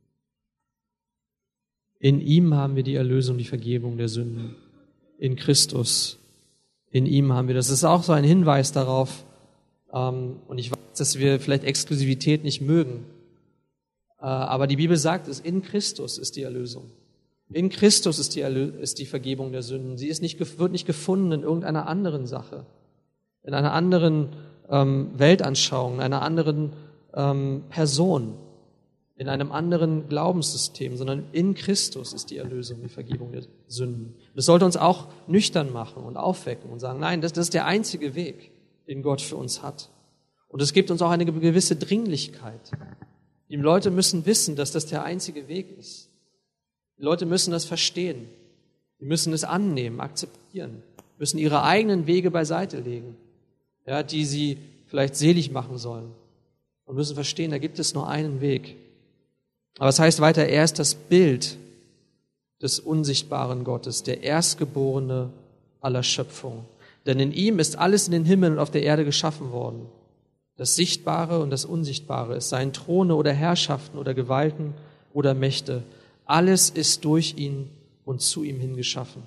In ihm haben wir die Erlösung, die Vergebung der Sünden. In Christus. In ihm haben wir das. Das ist auch so ein Hinweis darauf, ähm, und ich weiß, dass wir vielleicht Exklusivität nicht mögen, äh, aber die Bibel sagt es, in Christus ist die Erlösung. In Christus ist die, Erlö- ist die Vergebung der Sünden. Sie ist nicht, wird nicht gefunden in irgendeiner anderen Sache, in einer anderen ähm, Weltanschauung, in einer anderen ähm, Person, in einem anderen Glaubenssystem, sondern in Christus ist die Erlösung, die Vergebung der Sünden. Das sollte uns auch nüchtern machen und aufwecken und sagen, nein, das, das ist der einzige Weg, den Gott für uns hat. Und es gibt uns auch eine gewisse Dringlichkeit. Die Leute müssen wissen, dass das der einzige Weg ist. Die Leute müssen das verstehen. Die müssen es annehmen, akzeptieren, müssen ihre eigenen Wege beiseite legen, ja, die sie vielleicht selig machen sollen. Und müssen verstehen, da gibt es nur einen Weg. Aber es heißt weiter, er ist das Bild des unsichtbaren Gottes, der Erstgeborene aller Schöpfung. Denn in ihm ist alles in den Himmeln und auf der Erde geschaffen worden. Das Sichtbare und das Unsichtbare, es seien Throne oder Herrschaften oder Gewalten oder Mächte. Alles ist durch ihn und zu ihm hingeschaffen.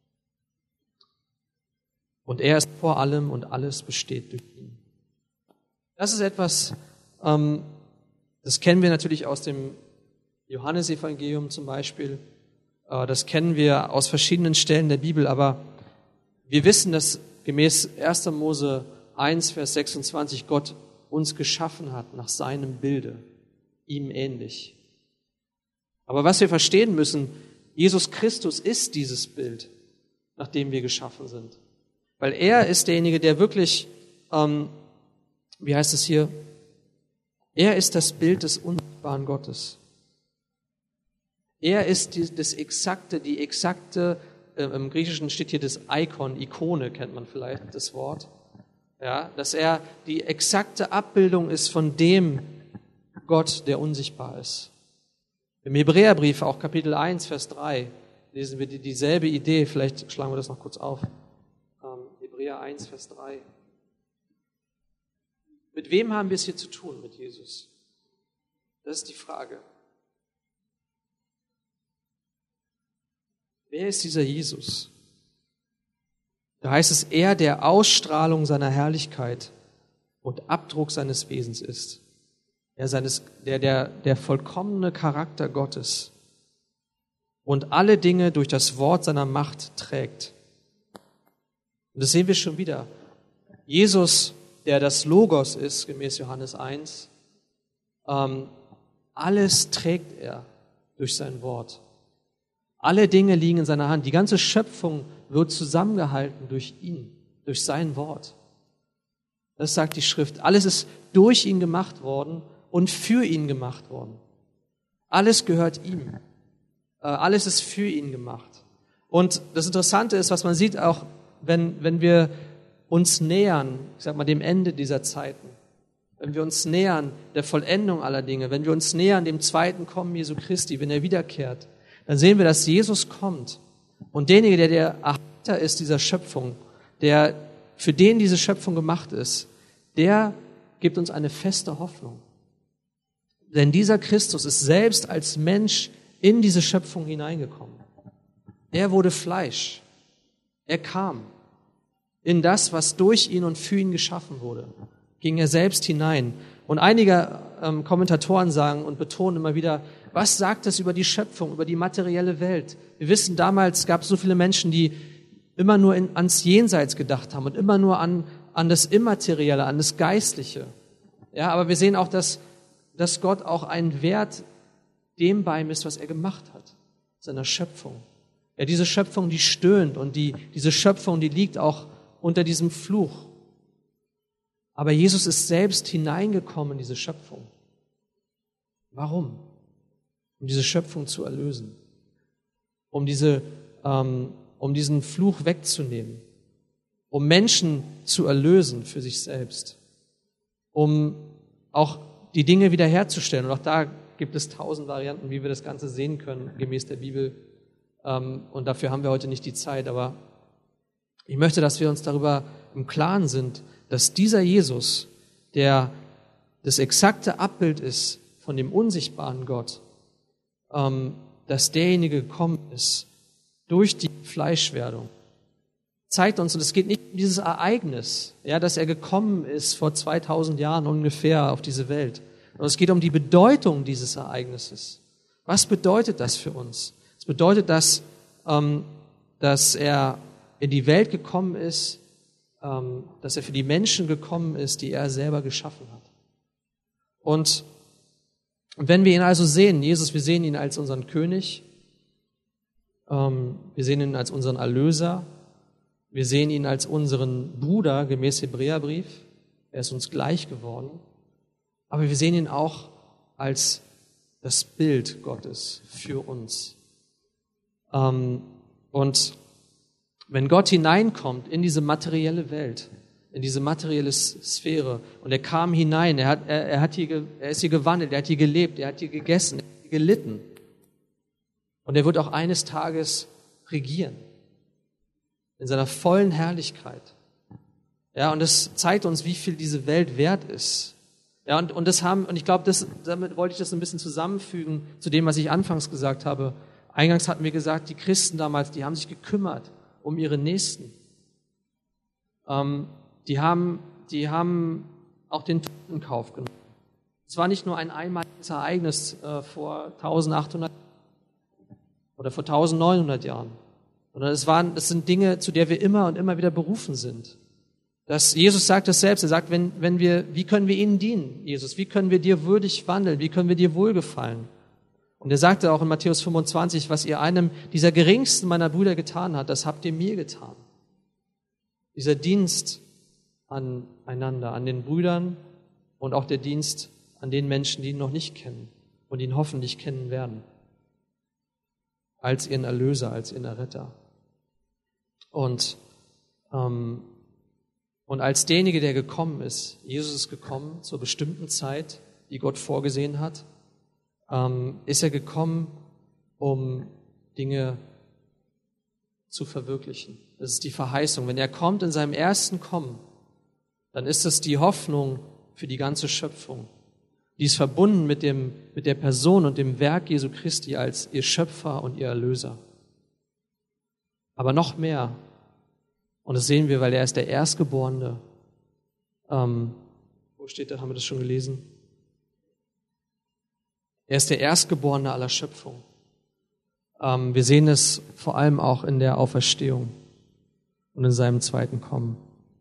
Und er ist vor allem und alles besteht durch ihn. Das ist etwas, ähm, das kennen wir natürlich aus dem Johannesevangelium zum Beispiel, Das kennen wir aus verschiedenen Stellen der Bibel, aber wir wissen, dass gemäß erster Mose eins, Vers sechsundzwanzig Gott uns geschaffen hat nach seinem Bilde, ihm ähnlich. Aber was wir verstehen müssen, Jesus Christus ist dieses Bild, nach dem wir geschaffen sind. Weil er ist derjenige, der wirklich, ähm, wie heißt es hier, er ist das Bild des unsichtbaren Gottes. Er ist die, das exakte, die exakte, äh, im Griechischen steht hier das Icon, Ikone kennt man vielleicht das Wort, ja, dass er die exakte Abbildung ist von dem Gott, der unsichtbar ist. Im Hebräerbrief, auch Kapitel eins, Vers drei, lesen wir die, dieselbe Idee, vielleicht schlagen wir das noch kurz auf. Ähm, Hebräer eins, Vers drei. Mit wem haben wir es hier zu tun, mit Jesus? Das ist die Frage. Wer ist dieser Jesus? Da heißt es, er, der Ausstrahlung seiner Herrlichkeit und Abdruck seines Wesens ist. Er seines, der, der, der vollkommene Charakter Gottes und alle Dinge durch das Wort seiner Macht trägt. Und das sehen wir schon wieder. Jesus, der das Logos ist, gemäß Johannes eins, ähm, alles trägt er durch sein Wort. Alle Dinge liegen in seiner Hand. Die ganze Schöpfung wird zusammengehalten durch ihn, durch sein Wort. Das sagt die Schrift. Alles ist durch ihn gemacht worden und für ihn gemacht worden. Alles gehört ihm. Alles ist für ihn gemacht. Und das Interessante ist, was man sieht, auch wenn, wenn wir uns nähern, ich sag mal, dem Ende dieser Zeiten, wenn wir uns nähern der Vollendung aller Dinge, wenn wir uns nähern dem zweiten Kommen Jesu Christi, wenn er wiederkehrt, dann sehen wir, dass Jesus kommt. Und derjenige, der der Erhalter ist dieser Schöpfung, der für den diese Schöpfung gemacht ist, der gibt uns eine feste Hoffnung. Denn dieser Christus ist selbst als Mensch in diese Schöpfung hineingekommen. Er wurde Fleisch. Er kam. In das, was durch ihn und für ihn geschaffen wurde, ging er selbst hinein. Und einige ähm, Kommentatoren sagen und betonen immer wieder, was sagt es über die Schöpfung, über die materielle Welt? Wir wissen, damals gab es so viele Menschen, die immer nur in, ans Jenseits gedacht haben und immer nur an, an das Immaterielle, an das Geistliche. Ja, aber wir sehen auch, dass, dass Gott auch einen Wert dem beimisst, was er gemacht hat, seiner Schöpfung. Ja, diese Schöpfung, die stöhnt und die, diese Schöpfung, die liegt auch unter diesem Fluch. Aber Jesus ist selbst hineingekommen in diese Schöpfung. Warum? Um diese Schöpfung zu erlösen. Um diese, ähm, um diesen Fluch wegzunehmen. Um Menschen zu erlösen für sich selbst. Um auch die Dinge wiederherzustellen. Und auch da gibt es tausend Varianten, wie wir das Ganze sehen können, gemäß der Bibel. Ähm, und dafür haben wir heute nicht die Zeit. Aber ich möchte, dass wir uns darüber im Klaren sind, dass dieser Jesus, der das exakte Abbild ist von dem unsichtbaren Gott, ähm, dass derjenige gekommen ist durch die Fleischwerdung, zeigt uns, und es geht nicht um dieses Ereignis, ja, dass er gekommen ist vor zweitausend Jahren ungefähr auf diese Welt, sondern es geht um die Bedeutung dieses Ereignisses. Was bedeutet das für uns? Es bedeutet, dass, ähm, dass er in die Welt gekommen ist, ähm, dass er für die Menschen gekommen ist, die er selber geschaffen hat. Und wenn wir ihn also sehen, Jesus, wir sehen ihn als unseren König, ähm, wir sehen ihn als unseren Erlöser, wir sehen ihn als unseren Bruder, gemäß Hebräerbrief, er ist uns gleich geworden, aber wir sehen ihn auch als das Bild Gottes für uns. Ähm, und wenn Gott hineinkommt in diese materielle Welt, in diese materielle Sphäre, und er kam hinein, er, hat, er, er, hat hier, er ist hier gewandelt, er hat hier gelebt, er hat hier gegessen, er hat hier gelitten. Und er wird auch eines Tages regieren, in seiner vollen Herrlichkeit. Ja, und das zeigt uns, wie viel diese Welt wert ist. Ja, und, und das haben, und ich glaube, das, damit wollte ich das ein bisschen zusammenfügen zu dem, was ich anfangs gesagt habe. Eingangs hatten wir gesagt, die Christen damals, die haben sich gekümmert um ihre Nächsten. Ähm, die haben, die haben auch den Tod in Kauf genommen. Es war nicht nur ein einmaliges Ereignis äh, vor eintausendachthundert, oder vor neunzehnhundert Jahren, sondern es waren, es sind Dinge, zu der wir immer und immer wieder berufen sind. Das, Jesus sagt es selbst, er sagt, wenn, wenn wir, wie können wir ihnen dienen, Jesus? Wie können wir dir würdig wandeln? Wie können wir dir wohlgefallen? Und er sagte auch in Matthäus fünfundzwanzig, was ihr einem dieser geringsten meiner Brüder getan habt, das habt ihr mir getan. Dieser Dienst aneinander, an den Brüdern und auch der Dienst an den Menschen, die ihn noch nicht kennen und ihn hoffentlich kennen werden. Als ihren Erlöser, als ihren Erretter. Und, ähm, und als derjenige, der gekommen ist, Jesus ist gekommen zur bestimmten Zeit, die Gott vorgesehen hat, ähm, ist er gekommen, um Dinge zu verwirklichen. Das ist die Verheißung. Wenn er kommt in seinem ersten Kommen, dann ist es die Hoffnung für die ganze Schöpfung. Die ist verbunden mit dem, mit der Person und dem Werk Jesu Christi als ihr Schöpfer und ihr Erlöser. Aber noch mehr, und das sehen wir, weil er ist der Erstgeborene. Ähm, wo steht da, haben wir das schon gelesen? Er ist der Erstgeborene aller Schöpfung. Ähm, wir sehen es vor allem auch in der Auferstehung und in seinem zweiten Kommen.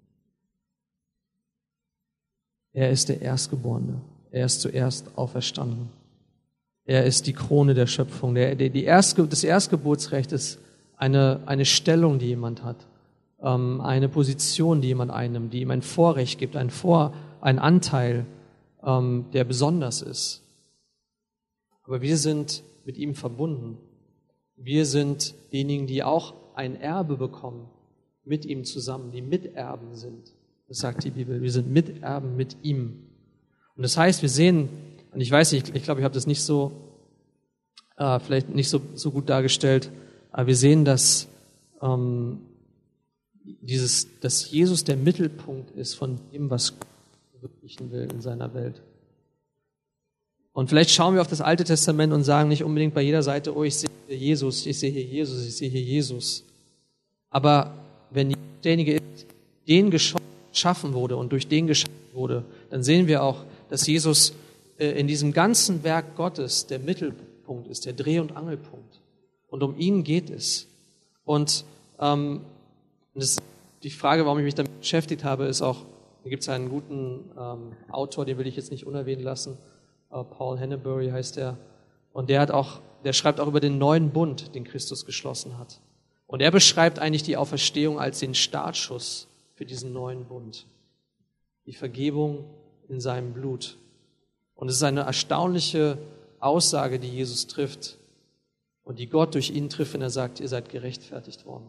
Er ist der Erstgeborene. Er ist zuerst auferstanden. Er ist die Krone der Schöpfung. Der, der, die Erstge, das Erstgeburtsrecht ist eine, eine Stellung, die jemand hat, ähm, eine Position, die jemand einnimmt, die ihm ein Vorrecht gibt, ein Vor, ein Anteil, ähm, der besonders ist. Aber wir sind mit ihm verbunden. Wir sind diejenigen, die auch ein Erbe bekommen, mit ihm zusammen, die Miterben sind. Das sagt die Bibel. Wir sind Miterben mit ihm. Und das heißt, wir sehen, und ich weiß nicht, ich glaube, ich habe das nicht so, äh, vielleicht nicht so, so gut dargestellt, aber wir sehen, dass ähm, dieses, dass Jesus der Mittelpunkt ist von dem, was Gott verwirklichen will in seiner Welt. Und vielleicht schauen wir auf das Alte Testament und sagen nicht unbedingt bei jeder Seite, oh, ich sehe hier Jesus, ich sehe hier Jesus, ich sehe hier Jesus. Aber wenn derjenige ist, den geschaffen wurde und durch den geschaffen wurde, dann sehen wir auch, dass Jesus in diesem ganzen Werk Gottes der Mittelpunkt ist, der Dreh- und Angelpunkt. Und um ihn geht es. Und ähm, das, die Frage, warum ich mich damit beschäftigt habe, ist auch, da gibt es einen guten ähm, Autor, den will ich jetzt nicht unerwähnen lassen, äh, Paul Henneberry heißt er, und der hat auch, der schreibt auch über den neuen Bund, den Christus geschlossen hat. Und er beschreibt eigentlich die Auferstehung als den Startschuss für diesen neuen Bund. Die Vergebung in seinem Blut. Und es ist eine erstaunliche Aussage, die Jesus trifft und die Gott durch ihn trifft, wenn er sagt, ihr seid gerechtfertigt worden.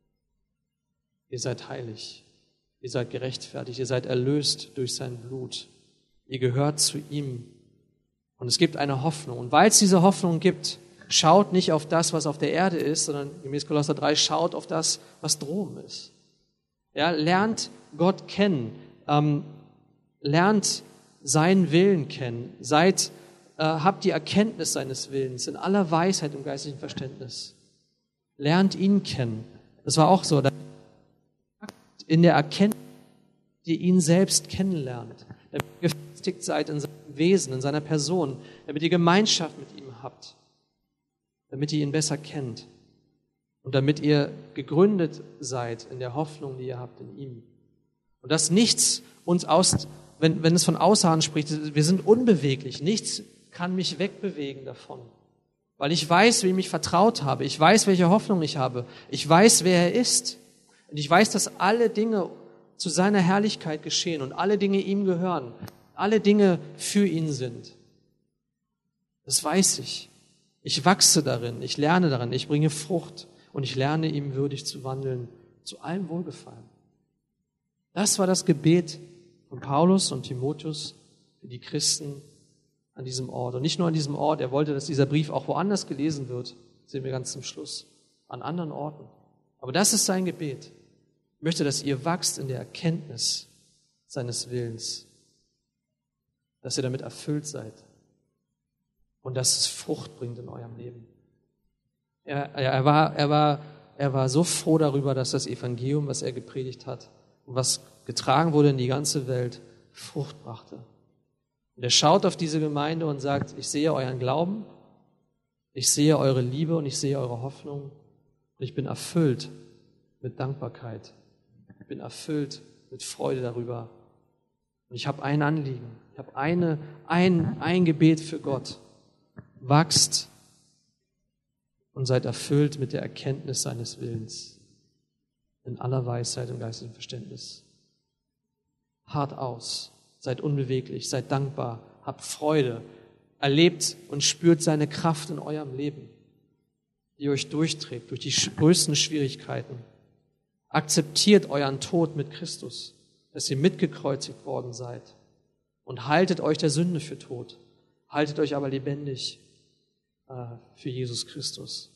Ihr seid heilig. Ihr seid gerechtfertigt. Ihr seid erlöst durch sein Blut. Ihr gehört zu ihm. Und es gibt eine Hoffnung. Und weil es diese Hoffnung gibt, schaut nicht auf das, was auf der Erde ist, sondern gemäß Kolosser drei, schaut auf das, was droben ist. Ja, lernt Gott kennen. Ähm, lernt seinen Willen kennen. Seid, äh, habt die Erkenntnis seines Willens in aller Weisheit und geistlichen Verständnis. Lernt ihn kennen. Das war auch so. In der Erkenntnis, die ihn selbst kennenlernt. Damit ihr gefestigt seid in seinem Wesen, in seiner Person. Damit ihr Gemeinschaft mit ihm habt. Damit ihr ihn besser kennt. Und damit ihr gegründet seid in der Hoffnung, die ihr habt in ihm. Und dass nichts uns aus, wenn, wenn es von außerhalb spricht, wir sind unbeweglich. Nichts kann mich wegbewegen davon. Weil ich weiß, wem ich vertraut habe. Ich weiß, welche Hoffnung ich habe. Ich weiß, wer er ist. Und ich weiß, dass alle Dinge zu seiner Herrlichkeit geschehen und alle Dinge ihm gehören. Alle Dinge für ihn sind. Das weiß ich. Ich wachse darin. Ich lerne darin. Ich bringe Frucht. Und ich lerne, ihm würdig zu wandeln. Zu allem Wohlgefallen. Das war das Gebet von Paulus und Timotheus für die Christen an diesem Ort. Und nicht nur an diesem Ort, er wollte, dass dieser Brief auch woanders gelesen wird, sehen wir ganz zum Schluss, an anderen Orten. Aber das ist sein Gebet. Ich möchte, dass ihr wachst in der Erkenntnis seines Willens, dass ihr damit erfüllt seid und dass es Frucht bringt in eurem Leben. Er, er, war, er, war, er war so froh darüber, dass das Evangelium, was er gepredigt hat, was getragen wurde in die ganze Welt, Frucht brachte. Und er schaut auf diese Gemeinde und sagt, ich sehe euren Glauben, Ich sehe eure Liebe und ich sehe eure Hoffnung und ich bin erfüllt mit Dankbarkeit. Ich bin erfüllt mit Freude darüber. Und ich habe ein Anliegen, ich habe eine, ein, ein Gebet für Gott. Wachst und seid erfüllt mit der Erkenntnis seines Willens. In aller Weisheit und geistigem Verständnis. Hart aus, seid unbeweglich, seid dankbar, habt Freude, erlebt und spürt seine Kraft in eurem Leben, die euch durchträgt durch die größten Schwierigkeiten. Akzeptiert euren Tod mit Christus, dass ihr mitgekreuzigt worden seid und haltet euch der Sünde für tot, haltet euch aber lebendig äh, für Jesus Christus.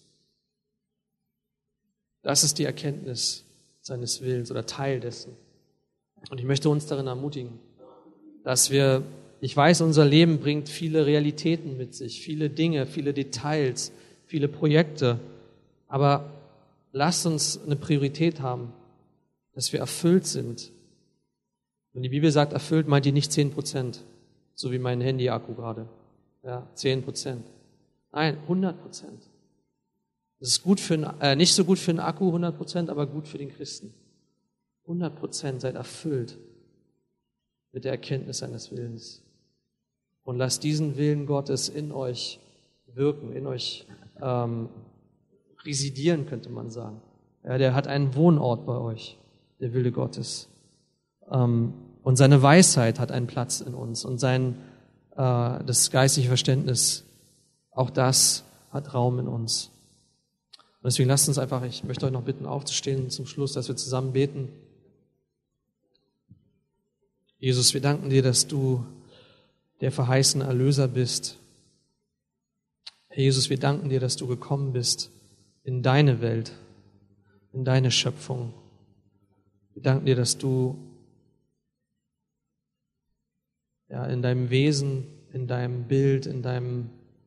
Das ist die Erkenntnis seines Willens oder Teil dessen. Und ich möchte uns darin ermutigen, dass wir, ich weiß, unser Leben bringt viele Realitäten mit sich, viele Dinge, viele Details, viele Projekte, aber lasst uns eine Priorität haben, dass wir erfüllt sind. Wenn die Bibel sagt, erfüllt, meint die nicht zehn Prozent, so wie mein Handy-Akku gerade. Ja, zehn Prozent. Nein, hundert Prozent. Das ist gut für einen, äh, nicht so gut für einen Akku, hundert Prozent, aber gut für den Christen. hundert Prozent seid erfüllt mit der Erkenntnis seines Willens. Und lasst diesen Willen Gottes in euch wirken, in euch ähm, residieren, könnte man sagen. Ja, der hat einen Wohnort bei euch, der Wille Gottes. Ähm, und seine Weisheit hat einen Platz in uns. Und sein äh, das geistige Verständnis, auch das hat Raum in uns. Und deswegen lasst uns einfach, ich möchte euch noch bitten, aufzustehen zum Schluss, dass wir zusammen beten. Jesus, wir danken dir, dass du der verheißene Erlöser bist. Herr Jesus, wir danken dir, dass du gekommen bist in deine Welt, in deine Schöpfung. Wir danken dir, dass du ja, in deinem Wesen, in deinem Bild, in deinem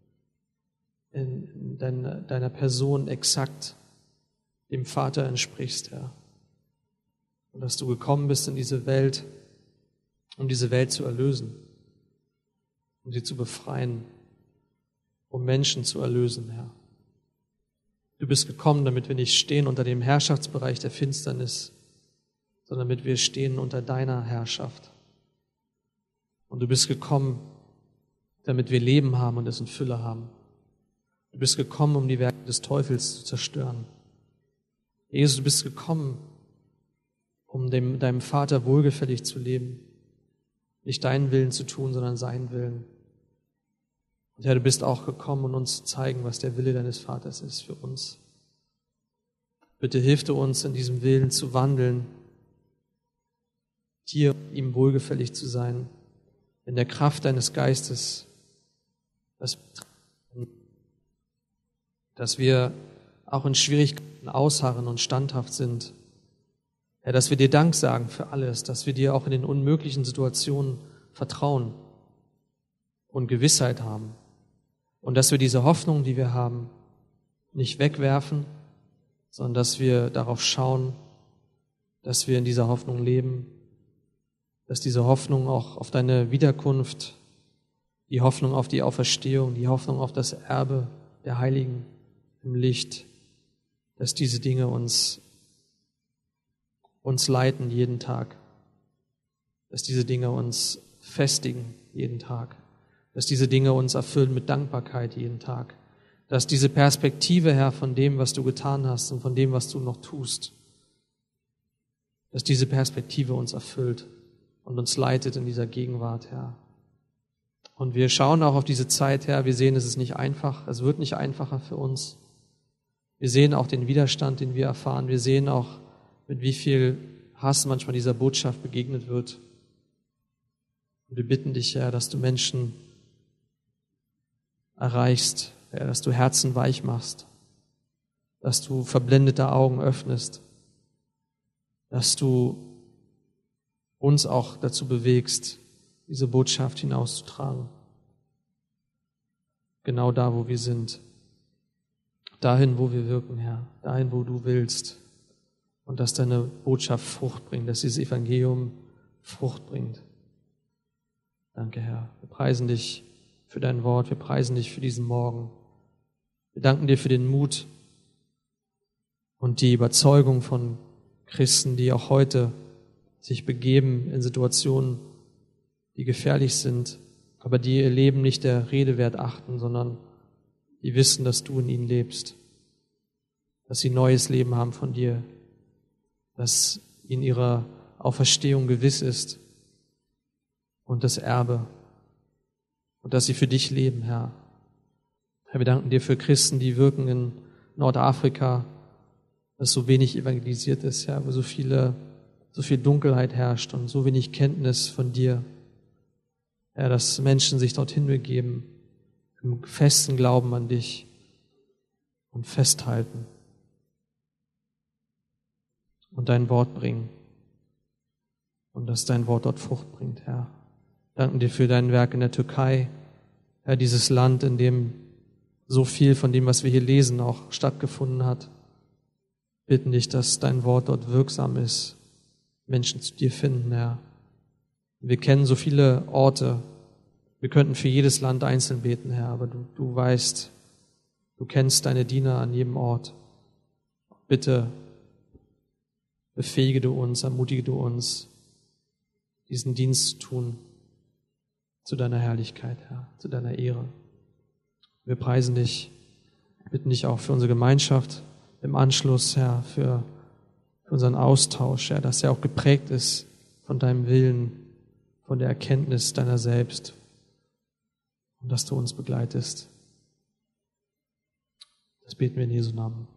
in deiner, deiner Person exakt dem Vater entsprichst, Herr. Und dass du gekommen bist in diese Welt, um diese Welt zu erlösen, um sie zu befreien, um Menschen zu erlösen, Herr. Du bist gekommen, damit wir nicht stehen unter dem Herrschaftsbereich der Finsternis, sondern damit wir stehen unter deiner Herrschaft. Und du bist gekommen, damit wir Leben haben und es in Fülle haben. Du bist gekommen, um die Werke des Teufels zu zerstören. Jesus, du bist gekommen, um dem, deinem Vater wohlgefällig zu leben. Nicht deinen Willen zu tun, sondern seinen Willen. Und Herr, du bist auch gekommen, um uns zu zeigen, was der Wille deines Vaters ist für uns. Bitte hilf du uns, in diesem Willen zu wandeln, dir, ihm wohlgefällig zu sein, in der Kraft deines Geistes, dass dass wir auch in Schwierigkeiten ausharren und standhaft sind. Herr, dass wir dir Dank sagen für alles, dass wir dir auch in den unmöglichen Situationen vertrauen und Gewissheit haben. Und dass wir diese Hoffnung, die wir haben, nicht wegwerfen, sondern dass wir darauf schauen, dass wir in dieser Hoffnung leben, dass diese Hoffnung auch auf deine Wiederkunft, die Hoffnung auf die Auferstehung, die Hoffnung auf das Erbe der Heiligen im Licht, dass diese Dinge uns, uns leiten jeden Tag, dass diese Dinge uns festigen jeden Tag, dass diese Dinge uns erfüllen mit Dankbarkeit jeden Tag, dass diese Perspektive, Herr, von dem, was du getan hast und von dem, was du noch tust, dass diese Perspektive uns erfüllt und uns leitet in dieser Gegenwart, Herr. Und wir schauen auch auf diese Zeit, Herr, wir sehen, es ist nicht einfach, es wird nicht einfacher für uns. Wir sehen auch den Widerstand, den wir erfahren. Wir sehen auch, mit wie viel Hass manchmal dieser Botschaft begegnet wird. Und wir bitten dich, Herr, dass du Menschen erreichst, Herr, dass du Herzen weich machst, dass du verblendete Augen öffnest, dass du uns auch dazu bewegst, diese Botschaft hinauszutragen. Genau da, wo wir sind. Dahin, wo wir wirken, Herr. Dahin, wo du willst. Und dass deine Botschaft Frucht bringt, dass dieses Evangelium Frucht bringt. Danke, Herr. Wir preisen dich für dein Wort. Wir preisen dich für diesen Morgen. Wir danken dir für den Mut und die Überzeugung von Christen, die auch heute sich begeben in Situationen, die gefährlich sind, aber die ihr Leben nicht der Rede wert achten, sondern die wissen, dass du in ihnen lebst, dass sie neues Leben haben von dir, dass ihnen ihre Auferstehung gewiss ist und das Erbe und dass sie für dich leben, Herr. Herr, wir danken dir für Christen, die wirken in Nordafrika, dass so wenig evangelisiert ist, Herr, wo so viele, so viel Dunkelheit herrscht und so wenig Kenntnis von dir. Herr, dass Menschen sich dorthin begeben, im festen Glauben an dich und festhalten und dein Wort bringen und dass dein Wort dort Frucht bringt, Herr. Danken dir für dein Werk in der Türkei, Herr, dieses Land, in dem so viel von dem, was wir hier lesen, auch stattgefunden hat. Bitten dich, dass dein Wort dort wirksam ist, Menschen zu dir finden, Herr. Wir kennen so viele Orte, wir könnten für jedes Land einzeln beten, Herr, aber du, du weißt, du kennst deine Diener an jedem Ort. Bitte befähige du uns, ermutige du uns, diesen Dienst zu tun, zu deiner Herrlichkeit, Herr, zu deiner Ehre. Wir preisen dich, bitten dich auch für unsere Gemeinschaft im Anschluss, Herr, für, für unseren Austausch, Herr, dass er auch geprägt ist von deinem Willen, von der Erkenntnis deiner selbst und dass du uns begleitest. Das beten wir in Jesu Namen.